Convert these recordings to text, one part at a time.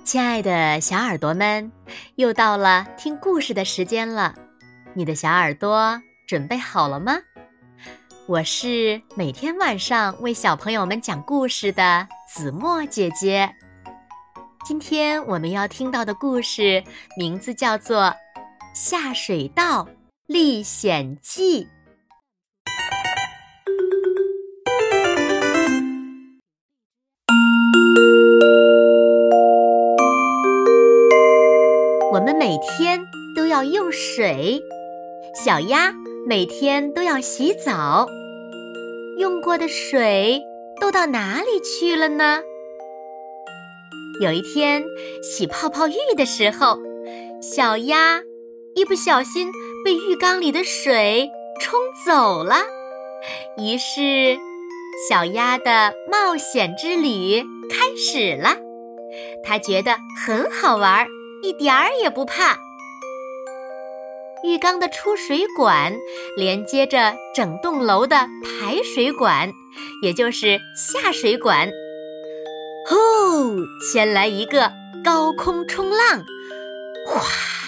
亲爱的小耳朵们，又到了听故事的时间了，你的小耳朵准备好了吗？我是每天晚上为小朋友们讲故事的子墨姐姐。今天我们要听到的故事名字叫做《下水道历险记》。我们每天都要用水，小鸭每天都要洗澡，用过的水都到哪里去了呢？有一天洗泡泡浴的时候，小鸭一不小心被浴缸里的水冲走了，于是小鸭的冒险之旅开始了。它觉得很好玩，一点儿也不怕。浴缸的出水管连接着整栋楼的排水管，也就是下水管。呼，先来一个高空冲浪，哗！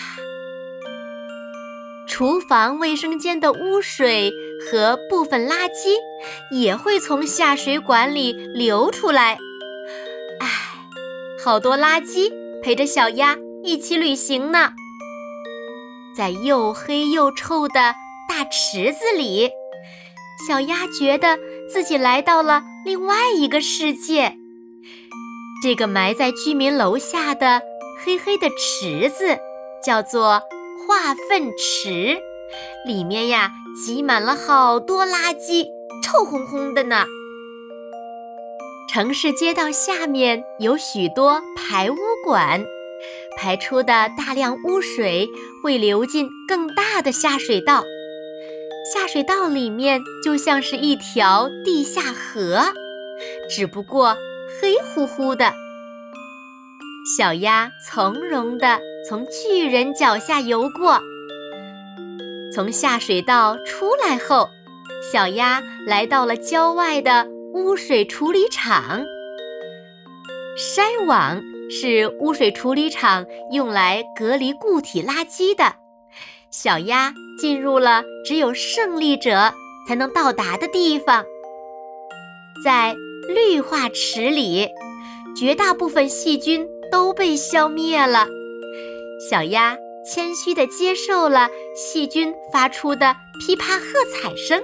厨房卫生间的污水和部分垃圾也会从下水管里流出来。唉，好多垃圾陪着小鸭一起旅行呢。在又黑又臭的大池子里，小鸭觉得自己来到了另外一个世界。这个埋在居民楼下的黑黑的池子叫做化粪池，里面呀积满了好多垃圾，臭烘烘的呢。城市街道下面有许多排污管，排出的大量污水会流进更大的下水道，下水道里面就像是一条地下河，只不过黑乎乎的。小鸭从容地从巨人脚下游过。从下水道出来后，小鸭来到了郊外的污水处理厂。筛网是污水处理厂用来隔离固体垃圾的。小鸭进入了只有胜利者才能到达的地方。在氯化池里，绝大部分细菌都被消灭了。小鸭谦虚地接受了细菌发出的噼啪喝彩声。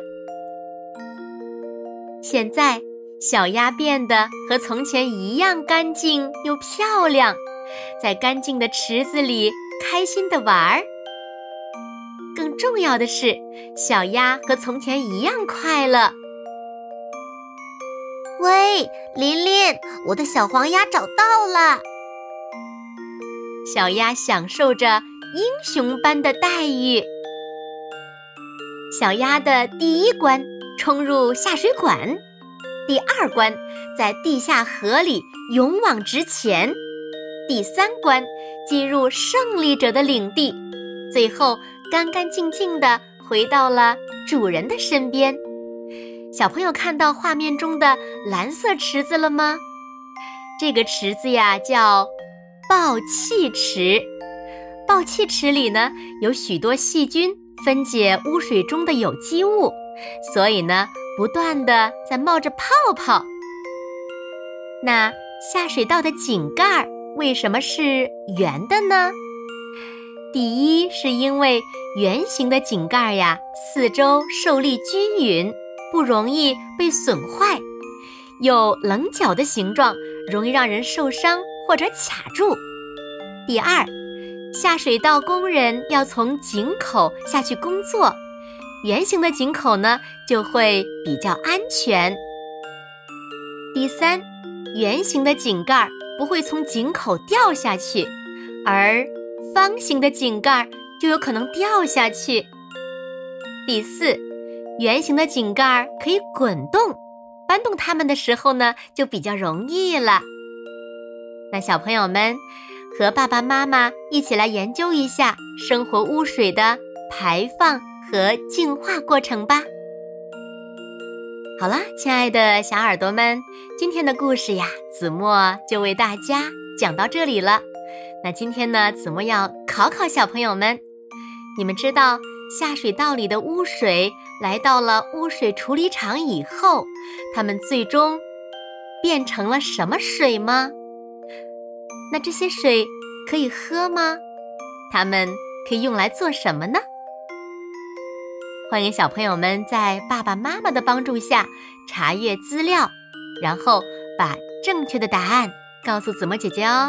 现在小鸭变得和从前一样干净又漂亮，在干净的池子里开心地玩。更重要的是，小鸭和从前一样快乐。 喂，琳琳，我的小黄鸭找到了。 小鸭享受着英雄般的待遇。小鸭的第一关，冲入下水管；第二关，在地下河里勇往直前；第三关，进入胜利者的领地；最后干干净净地回到了主人的身边。小朋友看到画面中的蓝色池子了吗？这个池子呀叫爆气池。爆气池里呢有许多细菌分解污水中的有机物，所以呢不断地在冒着泡泡。那下水道的井盖为什么是圆的呢？第一是因为圆形的井盖呀，四周受力均匀，不容易被损坏，有棱角的形状容易让人受伤或者卡住。第二，下水道工人要从井口下去工作，圆形的井口呢就会比较安全。第三，圆形的井盖不会从井口掉下去，而方形的井盖就有可能掉下去。第四，圆形的井盖可以滚动，搬动它们的时候呢就比较容易了。那小朋友们和爸爸妈妈一起来研究一下生活污水的排放和净化过程吧。好了，亲爱的小耳朵们，今天的故事呀，子墨就为大家讲到这里了。那今天呢，子墨要考考小朋友们，你们知道下水道里的污水来到了污水处理厂以后，它们最终变成了什么水吗？那这些水可以喝吗？它们可以用来做什么呢？欢迎小朋友们在爸爸妈妈的帮助下查阅资料，然后把正确的答案告诉子墨姐姐哦。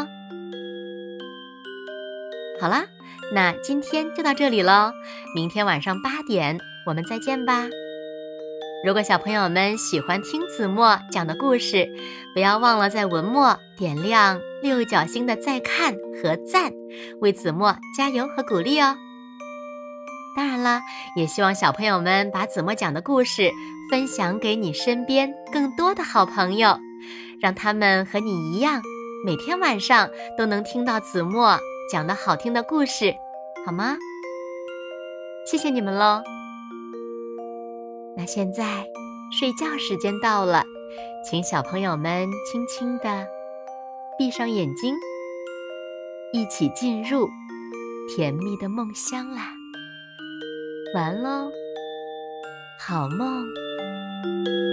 好啦，那今天就到这里咯，明天晚上8点我们再见吧。如果小朋友们喜欢听子墨讲的故事，不要忘了在文末点亮6角星的再看和赞，为子墨加油和鼓励哦。当然了，也希望小朋友们把子墨讲的故事分享给你身边更多的好朋友，让他们和你一样，每天晚上都能听到子墨讲的好听的故事，好吗？谢谢你们咯。那现在睡觉时间到了，请小朋友们轻轻地闭上眼睛，一起进入甜蜜的梦乡啦。完喽，好梦。